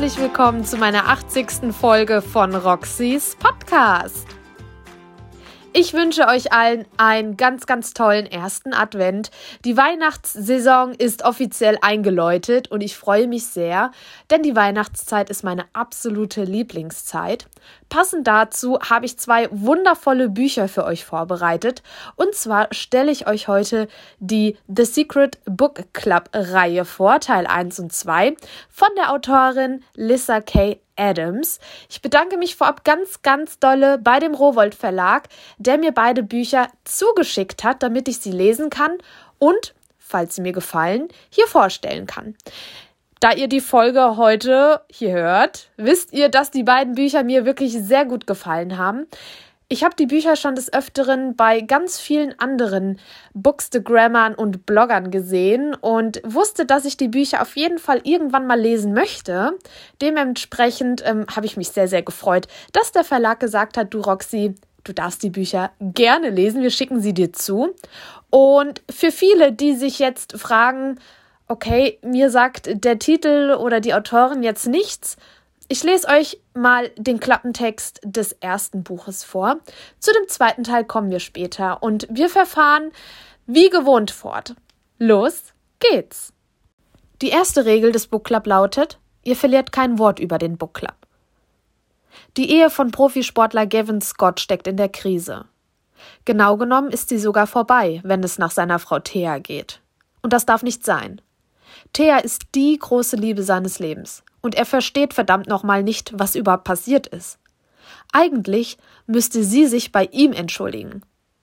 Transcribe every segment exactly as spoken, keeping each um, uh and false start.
herzlich willkommen zu meiner achtzigsten Folge von Roxys Podcast. Ich wünsche euch allen einen ganz, ganz tollen ersten Advent. Die Weihnachtssaison ist offiziell eingeläutet und ich freue mich sehr, denn die Weihnachtszeit ist meine absolute Lieblingszeit. Passend dazu habe ich zwei wundervolle Bücher für euch vorbereitet. Und zwar stelle ich euch heute die The Secret Book Club Reihe vor, Teil eins und zwei, von der Autorin Lyssa Kay Adams. Ich bedanke mich vorab ganz, ganz dolle bei dem Rowohlt Verlag, der mir beide Bücher zugeschickt hat, damit ich sie lesen kann und, falls sie mir gefallen, hier vorstellen kann. Da ihr die Folge heute hier hört, wisst ihr, dass die beiden Bücher mir wirklich sehr gut gefallen haben. Ich habe die Bücher schon des Öfteren bei ganz vielen anderen Bookstagrammern und Bloggern gesehen und wusste, dass ich die Bücher auf jeden Fall irgendwann mal lesen möchte. Dementsprechend ähm, habe ich mich sehr, sehr gefreut, dass der Verlag gesagt hat, du Roxy, du darfst die Bücher gerne lesen, wir schicken sie dir zu. Und für viele, die sich jetzt fragen, okay, mir sagt der Titel oder die Autorin jetzt nichts, ich lese euch mal den Klappentext des ersten Buches vor. Zu dem zweiten Teil kommen wir später und wir verfahren wie gewohnt fort. Los geht's! Die erste Regel des Book Club lautet, ihr verliert kein Wort über den Book Club. Die Ehe von Profisportler Gavin Scott steckt in der Krise. Genau genommen ist sie sogar vorbei, wenn es nach seiner Frau Thea geht. Und das darf nicht sein. Thea ist die große Liebe seines Lebens. Und er versteht verdammt nochmal nicht, was überhaupt passiert ist. Eigentlich müsste sie sich bei ihm entschuldigen.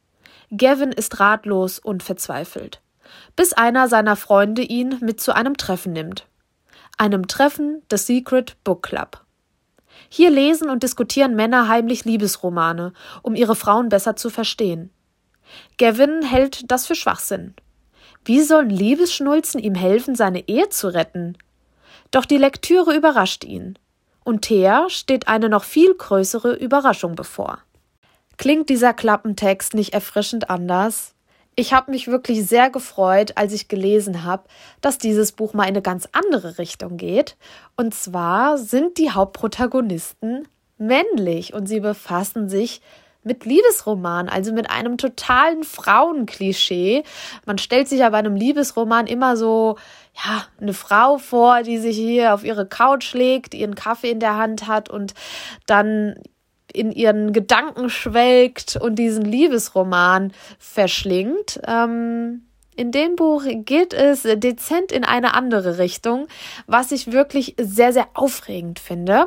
Gavin ist ratlos und verzweifelt, bis einer seiner Freunde ihn mit zu einem Treffen nimmt. Einem Treffen des Secret Book Club. Hier lesen und diskutieren Männer heimlich Liebesromane, um ihre Frauen besser zu verstehen. Gavin hält das für Schwachsinn. Wie sollen Liebesschnulzen ihm helfen, seine Ehe zu retten? Doch die Lektüre überrascht ihn. Und Thea steht eine noch viel größere Überraschung bevor. Klingt dieser Klappentext nicht erfrischend anders? Ich habe mich wirklich sehr gefreut, als ich gelesen habe, dass dieses Buch mal in eine ganz andere Richtung geht. Und zwar sind die Hauptprotagonisten männlich und sie befassen sich mit Liebesroman, also mit einem totalen Frauenklischee. Man stellt sich ja bei einem Liebesroman immer so, ja, eine Frau vor, die sich hier auf ihre Couch legt, ihren Kaffee in der Hand hat und dann in ihren Gedanken schwelgt und diesen Liebesroman verschlingt. Ähm, in dem Buch geht es dezent in eine andere Richtung, was ich wirklich sehr, sehr aufregend finde.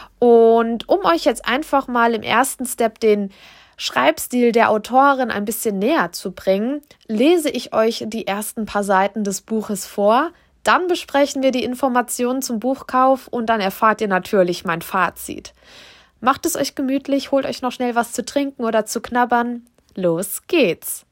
Und um euch jetzt einfach mal im ersten Step den Schreibstil der Autorin ein bisschen näher zu bringen, lese ich euch die ersten paar Seiten des Buches vor. Dann besprechen wir die Informationen zum Buchkauf und dann erfahrt ihr natürlich mein Fazit. Macht es euch gemütlich, holt euch noch schnell was zu trinken oder zu knabbern. Los geht's!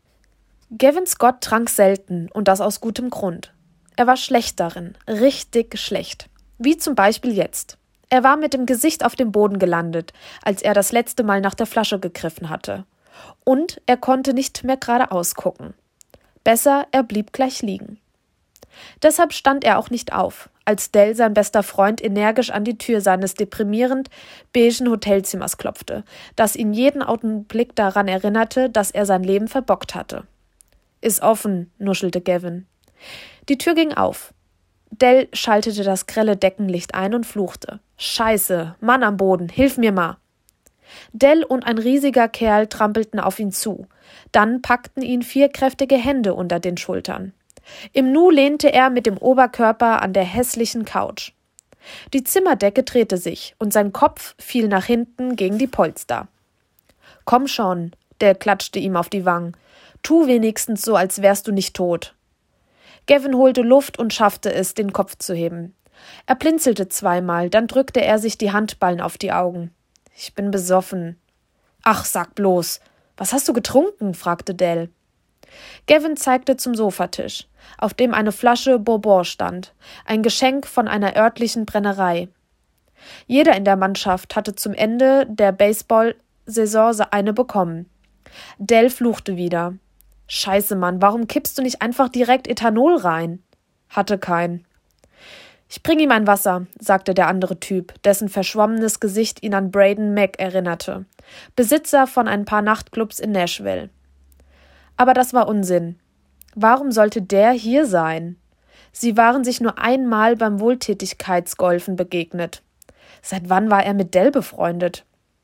Gavin Scott trank selten und das aus gutem Grund. Er war schlecht darin, richtig schlecht. Wie zum Beispiel jetzt. Er war mit dem Gesicht auf dem Boden gelandet, als er das letzte Mal nach der Flasche gegriffen hatte. Und er konnte nicht mehr geradeaus gucken. Besser, er blieb gleich liegen. Deshalb stand er auch nicht auf, als Dell, sein bester Freund, energisch an die Tür seines deprimierend beigen Hotelzimmers klopfte, das ihn jeden Augenblick daran erinnerte, dass er sein Leben verbockt hatte. »Ist offen«, nuschelte Gavin. Die Tür ging auf. Dell schaltete das grelle Deckenlicht ein und fluchte. »Scheiße, Mann am Boden, hilf mir mal!« Dell und ein riesiger Kerl trampelten auf ihn zu. Dann packten ihn vier kräftige Hände unter den Schultern. Im Nu lehnte er mit dem Oberkörper an der hässlichen Couch. Die Zimmerdecke drehte sich und sein Kopf fiel nach hinten gegen die Polster. »Komm schon«, Dell klatschte ihm auf die Wangen. »Tu wenigstens so, als wärst du nicht tot.« Gavin holte Luft und schaffte es, den Kopf zu heben. Er blinzelte zweimal, dann drückte er sich die Handballen auf die Augen. »Ich bin besoffen.« »Ach, sag bloß. Was hast du getrunken?« fragte Dell. Gavin zeigte zum Sofatisch, auf dem eine Flasche Bourbon stand, ein Geschenk von einer örtlichen Brennerei. Jeder in der Mannschaft hatte zum Ende der Baseball-Saison eine bekommen. Dell fluchte wieder. »Scheiße, Mann, warum kippst du nicht einfach direkt Ethanol rein?« »Hatte keinen.« »Ich bring ihm ein Wasser«, sagte der andere Typ, dessen verschwommenes Gesicht ihn an Braden Mack erinnerte, Besitzer von ein paar Nachtclubs in Nashville. Aber das war Unsinn. Warum sollte der hier sein? Sie waren sich nur einmal beim Wohltätigkeitsgolfen begegnet. Seit wann war er mit Dell befreundet?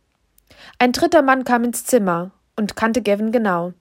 Ein dritter Mann kam ins Zimmer und kannte Gavin genau.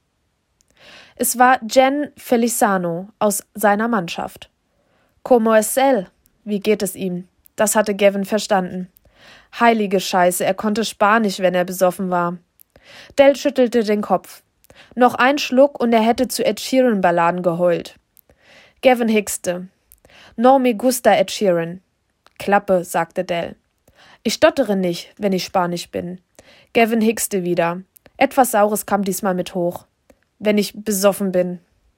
Es war Jen Feliciano aus seiner Mannschaft. »Como es él?« Wie geht es ihm? Das hatte Gavin verstanden. Heilige Scheiße, er konnte Spanisch, wenn er besoffen war. Dell schüttelte den Kopf. Noch ein Schluck und er hätte zu Ed Sheeran-Balladen geheult. Gavin hickste. No me gusta Ed Sheeran. Klappe, sagte Dell. Ich stottere nicht, wenn ich Spanisch bin. Gavin hickste wieder. Etwas Saures kam diesmal mit hoch. Wenn ich besoffen bin.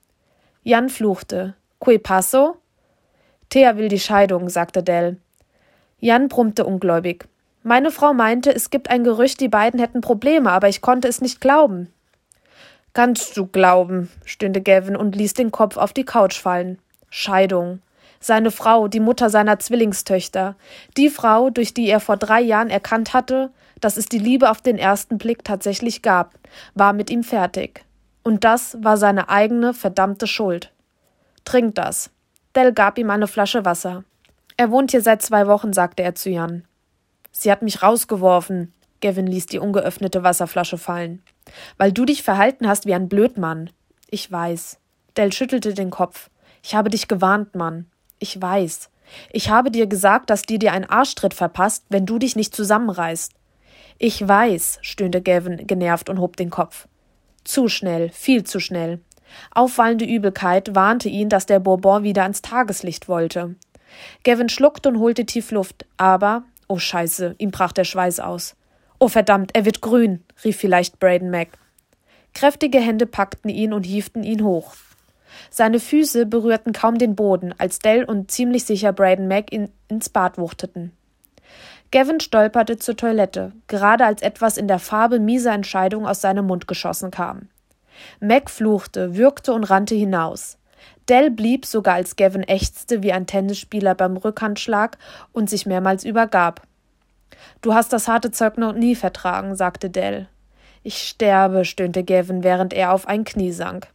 Jan fluchte. Que paso? Thea will die Scheidung, sagte Dell. Jan brummte ungläubig. Meine Frau meinte, es gibt ein Gerücht, die beiden hätten Probleme, aber ich konnte es nicht glauben. Kannst du glauben, stöhnte Gavin und ließ den Kopf auf die Couch fallen. Scheidung. Seine Frau, die Mutter seiner Zwillingstöchter, die Frau, durch die er vor drei Jahren erkannt hatte, dass es die Liebe auf den ersten Blick tatsächlich gab, war mit ihm fertig. Und das war seine eigene verdammte Schuld. Trink das. Dell gab ihm eine Flasche Wasser. Er wohnt hier seit zwei Wochen, sagte er zu Jan. Sie hat mich rausgeworfen. Gavin ließ die ungeöffnete Wasserflasche fallen. Weil du dich verhalten hast wie ein Blödmann. Ich weiß. Dell schüttelte den Kopf. Ich habe dich gewarnt, Mann. Ich weiß. Ich habe dir gesagt, dass die dir einen Arschtritt verpasst, wenn du dich nicht zusammenreißt. Ich weiß, stöhnte Gavin genervt und hob den Kopf. Zu schnell, viel zu schnell. Auffallende Übelkeit warnte ihn, dass der Bourbon wieder ans Tageslicht wollte. Gavin schluckte und holte tief Luft, aber, oh Scheiße, ihm brach der Schweiß aus. Oh verdammt, er wird grün, rief vielleicht Braden Mack. Kräftige Hände packten ihn und hieften ihn hoch. Seine Füße berührten kaum den Boden, als Dell und ziemlich sicher Braden Mack ihn ins Bad wuchteten. Gavin stolperte zur Toilette, gerade als etwas in der Farbe mieser Entscheidung aus seinem Mund geschossen kam. Mac fluchte, würgte und rannte hinaus. Dell blieb, sogar als Gavin ächzte wie ein Tennisspieler beim Rückhandschlag und sich mehrmals übergab. »Du hast das harte Zeug noch nie vertragen«, sagte Dell. »Ich sterbe«, stöhnte Gavin, während er auf ein Knie sank.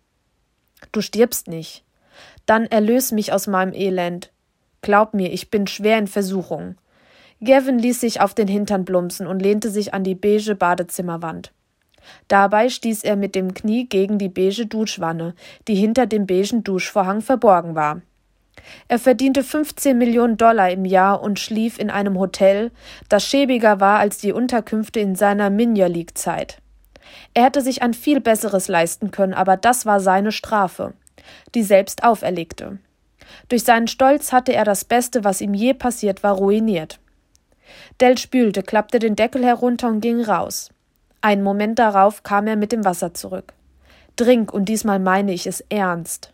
»Du stirbst nicht. Dann erlöse mich aus meinem Elend. Glaub mir, ich bin schwer in Versuchung.« Gavin ließ sich auf den Hintern plumpsen und lehnte sich an die beige Badezimmerwand. Dabei stieß er mit dem Knie gegen die beige Duschwanne, die hinter dem beigen Duschvorhang verborgen war. Er verdiente fünfzehn Millionen Dollar im Jahr und schlief in einem Hotel, das schäbiger war als die Unterkünfte in seiner Minor-League-Zeit. Er hätte sich ein viel Besseres leisten können, aber das war seine Strafe, die selbst auferlegte. Durch seinen Stolz hatte er das Beste, was ihm je passiert war, ruiniert. Dell spülte, klappte den Deckel herunter und ging raus. Einen Moment darauf kam er mit dem Wasser zurück. »Trink, und diesmal meine ich es ernst.«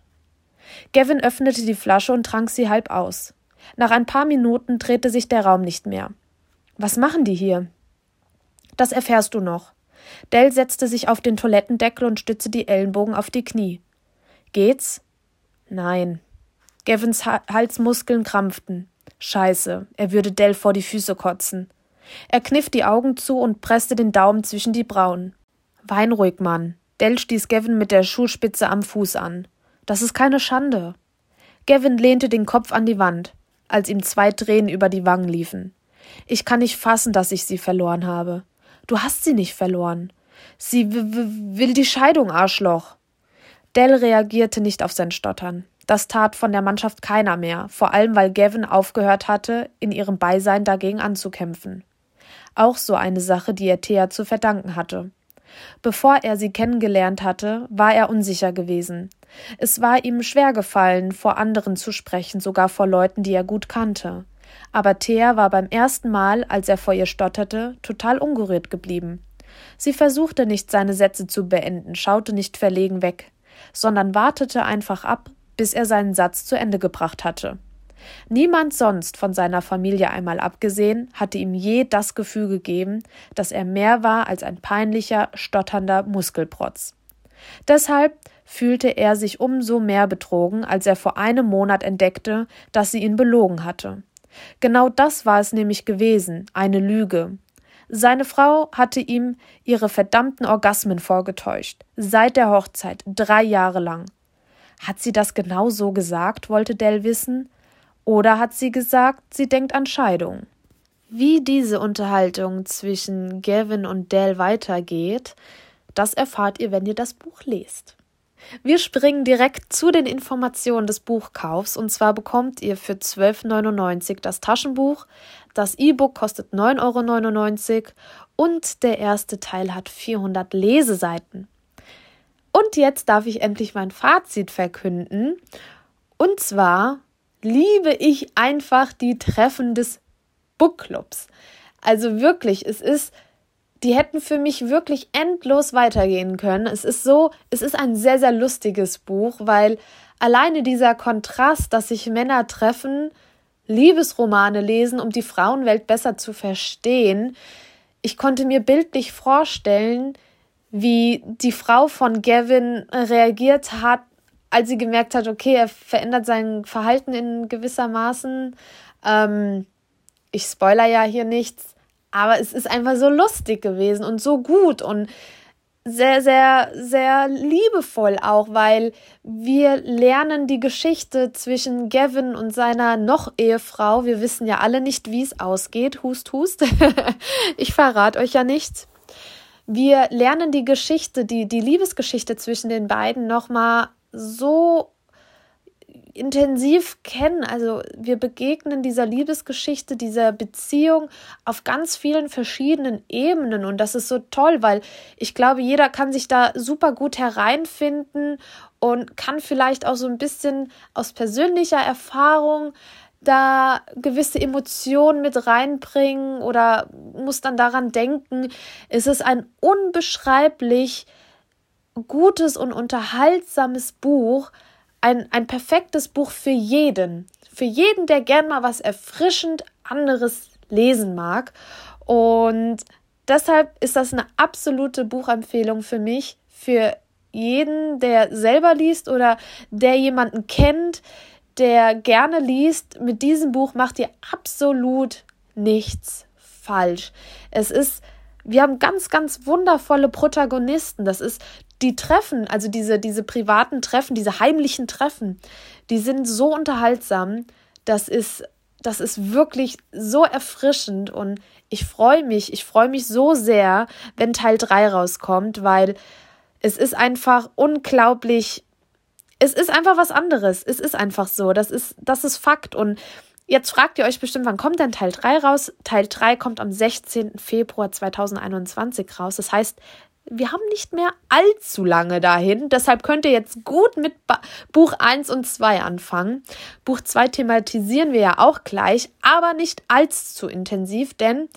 Gavin öffnete die Flasche und trank sie halb aus. Nach ein paar Minuten drehte sich der Raum nicht mehr. »Was machen die hier?« »Das erfährst du noch.« Dell setzte sich auf den Toilettendeckel und stützte die Ellenbogen auf die Knie. »Geht's?« »Nein.« Gavins ha- Halsmuskeln krampften. Scheiße, er würde Dell vor die Füße kotzen. Er kniff die Augen zu und presste den Daumen zwischen die Brauen. »Wein ruhig, Mann.« Dell stieß Gavin mit der Schuhspitze am Fuß an. »Das ist keine Schande.« Gavin lehnte den Kopf an die Wand, als ihm zwei Tränen über die Wangen liefen. »Ich kann nicht fassen, dass ich sie verloren habe.« »Du hast sie nicht verloren. Sie w- w- will die Scheidung, Arschloch.« Dell reagierte nicht auf sein Stottern. Das tat von der Mannschaft keiner mehr, vor allem weil Gavin aufgehört hatte, in ihrem Beisein dagegen anzukämpfen. Auch so eine Sache, die er Thea zu verdanken hatte. Bevor er sie kennengelernt hatte, war er unsicher gewesen. Es war ihm schwer gefallen, vor anderen zu sprechen, sogar vor Leuten, die er gut kannte. Aber Thea war beim ersten Mal, als er vor ihr stotterte, total ungerührt geblieben. Sie versuchte nicht, seine Sätze zu beenden, schaute nicht verlegen weg, sondern wartete einfach ab, bis er seinen Satz zu Ende gebracht hatte. Niemand sonst, von seiner Familie einmal abgesehen, hatte ihm je das Gefühl gegeben, dass er mehr war als ein peinlicher, stotternder Muskelprotz. Deshalb fühlte er sich umso mehr betrogen, als er vor einem Monat entdeckte, dass sie ihn belogen hatte. Genau das war es nämlich gewesen, eine Lüge. Seine Frau hatte ihm ihre verdammten Orgasmen vorgetäuscht, seit der Hochzeit, drei Jahre lang. Hat sie das genau so gesagt, wollte Del wissen? Oder hat sie gesagt, sie denkt an Scheidung? Wie diese Unterhaltung zwischen Gavin und Del weitergeht, das erfahrt ihr, wenn ihr das Buch lest. Wir springen direkt zu den Informationen des Buchkaufs, und zwar bekommt ihr für zwölf neunundneunzig das Taschenbuch, das E-Book kostet neun neunundneunzig und der erste Teil hat vierhundert Leseseiten. Und jetzt darf ich endlich mein Fazit verkünden, und zwar liebe ich einfach die Treffen des Bookclubs. Also wirklich, es ist, die hätten für mich wirklich endlos weitergehen können. Es ist so, es ist ein sehr, sehr lustiges Buch, weil alleine dieser Kontrast, dass sich Männer treffen, Liebesromane lesen, um die Frauenwelt besser zu verstehen. Ich konnte mir bildlich vorstellen, wie die Frau von Gavin reagiert hat, als sie gemerkt hat, okay, er verändert sein Verhalten in gewissermaßen. Ähm, ich spoiler ja hier nichts, aber es ist einfach so lustig gewesen und so gut und sehr, sehr, sehr liebevoll auch, weil wir lernen die Geschichte zwischen Gavin und seiner Noch-Ehefrau. Wir wissen ja alle nicht, wie es ausgeht. Hust, hust. Ich verrate euch ja nichts. Wir lernen die Geschichte, die, die Liebesgeschichte zwischen den beiden nochmal so intensiv kennen. Also wir begegnen dieser Liebesgeschichte, dieser Beziehung auf ganz vielen verschiedenen Ebenen und das ist so toll, weil ich glaube, jeder kann sich da super gut hereinfinden und kann vielleicht auch so ein bisschen aus persönlicher Erfahrung da gewisse Emotionen mit reinbringen oder muss dann daran denken. Es ist ein unbeschreiblich gutes und unterhaltsames Buch, ein, ein perfektes Buch für jeden, für jeden, der gern mal was erfrischend anderes lesen mag und deshalb ist das eine absolute Buchempfehlung für mich, für jeden, der selber liest oder der jemanden kennt, der gerne liest. Mit diesem Buch macht ihr absolut nichts falsch. Es ist, wir haben ganz, ganz wundervolle Protagonisten. Das ist die Treffen, also diese, diese privaten Treffen, diese heimlichen Treffen, die sind so unterhaltsam. Das ist, das ist wirklich so erfrischend und ich freue mich, ich freue mich so sehr, wenn Teil drei rauskommt, weil es ist einfach unglaublich. Es ist einfach was anderes. Es ist einfach so. Das ist, das ist Fakt. Und jetzt fragt ihr euch bestimmt, wann kommt denn Teil drei raus? Teil drei kommt am sechzehnten Februar zweitausendeinundzwanzig raus. Das heißt, wir haben nicht mehr allzu lange dahin. Deshalb könnt ihr jetzt gut mit ba- Buch eins und zwei anfangen. Buch zwei thematisieren wir ja auch gleich, aber nicht allzu intensiv, denn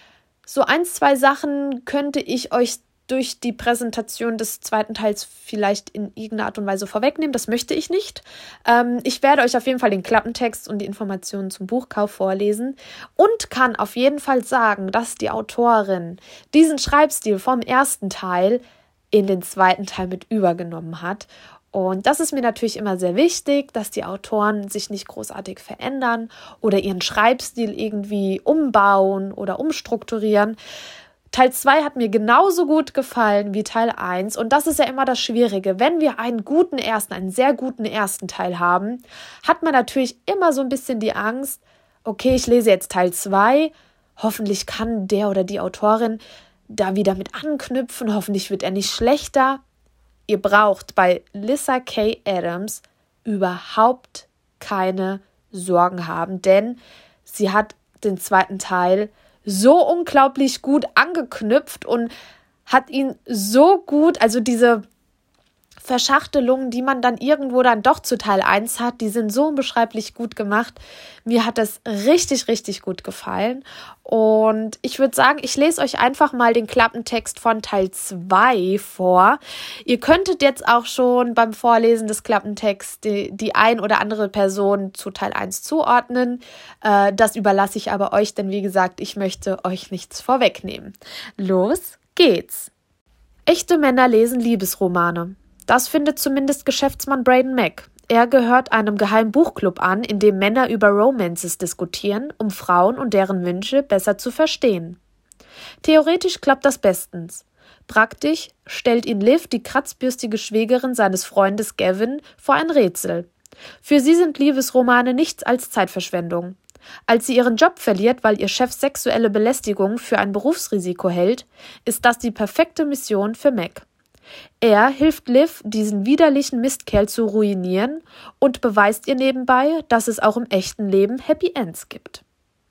so ein, zwei Sachen könnte ich euch durch die Präsentation des zweiten Teils vielleicht in irgendeiner Art und Weise vorwegnehmen. Das möchte ich nicht. Ähm, ich werde euch auf jeden Fall den Klappentext und die Informationen zum Buchkauf vorlesen und kann auf jeden Fall sagen, dass die Autorin diesen Schreibstil vom ersten Teil in den zweiten Teil mit übergenommen hat. Und das ist mir natürlich immer sehr wichtig, dass die Autoren sich nicht großartig verändern oder ihren Schreibstil irgendwie umbauen oder umstrukturieren. Teil zwei hat mir genauso gut gefallen wie Teil eins und das ist ja immer das Schwierige. Wenn wir einen guten ersten, einen sehr guten ersten Teil haben, hat man natürlich immer so ein bisschen die Angst, okay, ich lese jetzt Teil zwei, hoffentlich kann der oder die Autorin da wieder mit anknüpfen, hoffentlich wird er nicht schlechter. Ihr braucht bei Lyssa Kay Adams überhaupt keine Sorgen haben, denn sie hat den zweiten Teil so unglaublich gut angeknüpft und hat ihn so gut, also diese Verschachtelungen, die man dann irgendwo dann doch zu Teil eins hat, die sind so unbeschreiblich gut gemacht. Mir hat das richtig, richtig gut gefallen. Und ich würde sagen, ich lese euch einfach mal den Klappentext von Teil zwei vor. Ihr könntet jetzt auch schon beim Vorlesen des Klappentexts die, die ein oder andere Person zu Teil eins zuordnen. Äh, das überlasse ich aber euch, denn wie gesagt, ich möchte euch nichts vorwegnehmen. Los geht's! Echte Männer lesen Liebesromane. Das findet zumindest Geschäftsmann Braden Mack. Er gehört einem geheimen Buchclub an, in dem Männer über Romances diskutieren, um Frauen und deren Wünsche besser zu verstehen. Theoretisch klappt das bestens. Praktisch stellt ihn Liv, die kratzbürstige Schwägerin seines Freundes Gavin, vor ein Rätsel. Für sie sind Liebesromane nichts als Zeitverschwendung. Als sie ihren Job verliert, weil ihr Chef sexuelle Belästigung für ein Berufsrisiko hält, ist das die perfekte Mission für Mac. Er hilft Liv, diesen widerlichen Mistkerl zu ruinieren und beweist ihr nebenbei, dass es auch im echten Leben Happy Ends gibt.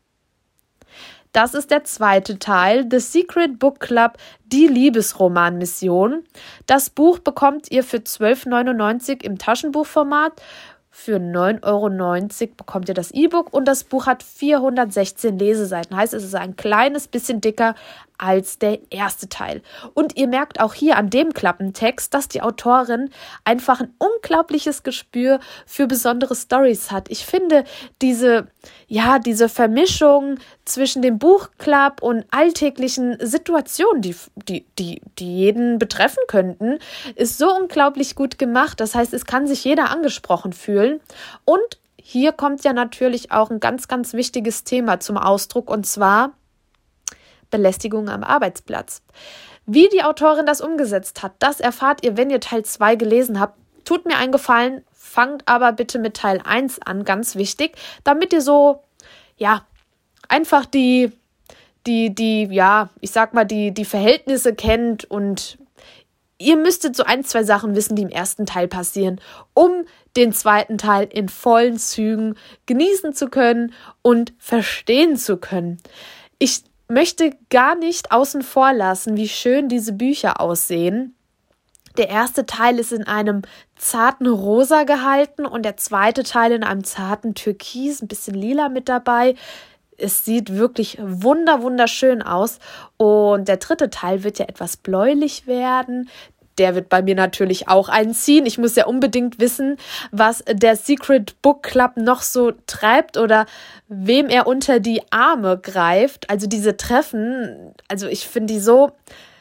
Das ist der zweite Teil, The Secret Book Club, die Liebesroman-Mission. Das Buch bekommt ihr für zwölf neunundneunzig im Taschenbuchformat. Für neun Euro neunzig bekommt ihr das E-Book und das Buch hat vierhundertsechzehn Leseseiten. Heißt, es ist ein kleines bisschen dicker als der erste Teil. Und ihr merkt auch hier an dem Klappentext, dass die Autorin einfach ein unglaubliches Gespür für besondere Storys hat. Ich finde diese, ja, diese Vermischung zwischen dem Buchclub und alltäglichen Situationen, die, die, die, die jeden betreffen könnten, ist so unglaublich gut gemacht. Das heißt, es kann sich jeder angesprochen fühlen. Und hier kommt ja natürlich auch ein ganz, ganz wichtiges Thema zum Ausdruck, und zwar Belästigung am Arbeitsplatz. Wie die Autorin das umgesetzt hat, das erfahrt ihr, wenn ihr Teil zwei gelesen habt. Tut mir einen Gefallen, fangt aber bitte mit Teil eins an, ganz wichtig, damit ihr so, ja, einfach die, die, die, ja, ich sag mal, die, die Verhältnisse kennt, und ihr müsstet so ein, zwei Sachen wissen, die im ersten Teil passieren, um den zweiten Teil in vollen Zügen genießen zu können und verstehen zu können. Ich möchte gar nicht außen vor lassen, wie schön diese Bücher aussehen. Der erste Teil ist in einem zarten Rosa gehalten und der zweite Teil in einem zarten Türkis, ein bisschen lila mit dabei. Es sieht wirklich wunder, wunderschön aus. Und der dritte Teil wird ja etwas bläulich werden. Der wird bei mir natürlich auch einziehen. Ich muss ja unbedingt wissen, was der Secret Book Club noch so treibt oder wem er unter die Arme greift. Also diese Treffen, also ich finde die so,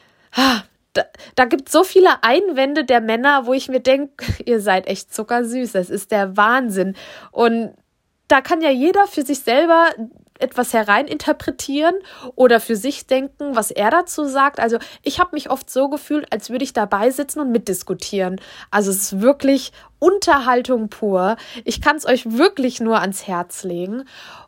da, da gibt es so viele Einwände der Männer, wo ich mir denke, ihr seid echt zuckersüß. Das ist der Wahnsinn. Und da kann ja jeder für sich selber etwas hereininterpretieren oder für sich denken, was er dazu sagt. Also ich habe mich oft so gefühlt, als würde ich dabei sitzen und mitdiskutieren. Also es ist wirklich Unterhaltung pur. Ich kann es euch wirklich nur ans Herz legen.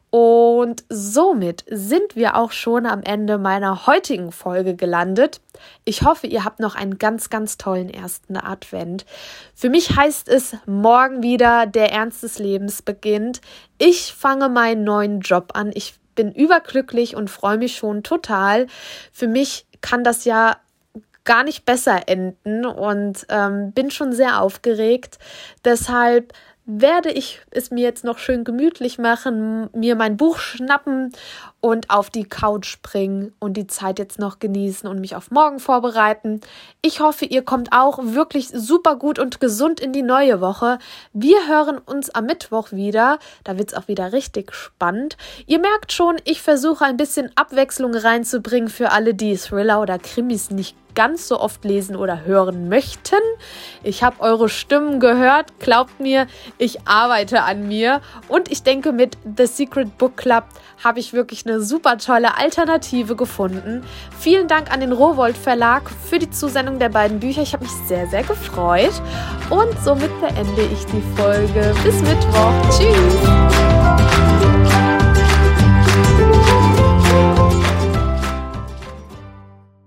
Und somit sind wir auch schon am Ende meiner heutigen Folge gelandet. Ich hoffe, ihr habt noch einen ganz, ganz tollen ersten Advent. Für mich heißt es, morgen wieder der Ernst des Lebens beginnt. Ich fange meinen neuen Job an. Ich bin überglücklich und freue mich schon total. Für mich kann das ja gar nicht besser enden und ähm, bin schon sehr aufgeregt. Deshalb werde ich es mir jetzt noch schön gemütlich machen, mir mein Buch schnappen und auf die Couch springen und die Zeit jetzt noch genießen und mich auf morgen vorbereiten. Ich hoffe, ihr kommt auch wirklich super gut und gesund in die neue Woche. Wir hören uns am Mittwoch wieder. Da wird es auch wieder richtig spannend. Ihr merkt schon, ich versuche ein bisschen Abwechslung reinzubringen für alle, die Thriller oder Krimis nicht ganz so oft lesen oder hören möchten. Ich habe eure Stimmen gehört. Glaubt mir, ich arbeite an mir. Und ich denke, mit The Secret Book Club habe ich wirklich eine super tolle Alternative gefunden. Vielen Dank an den Rowohlt Verlag für die Zusendung der beiden Bücher. Ich habe mich sehr, sehr gefreut. Und somit beende ich die Folge. Bis Mittwoch. Tschüss.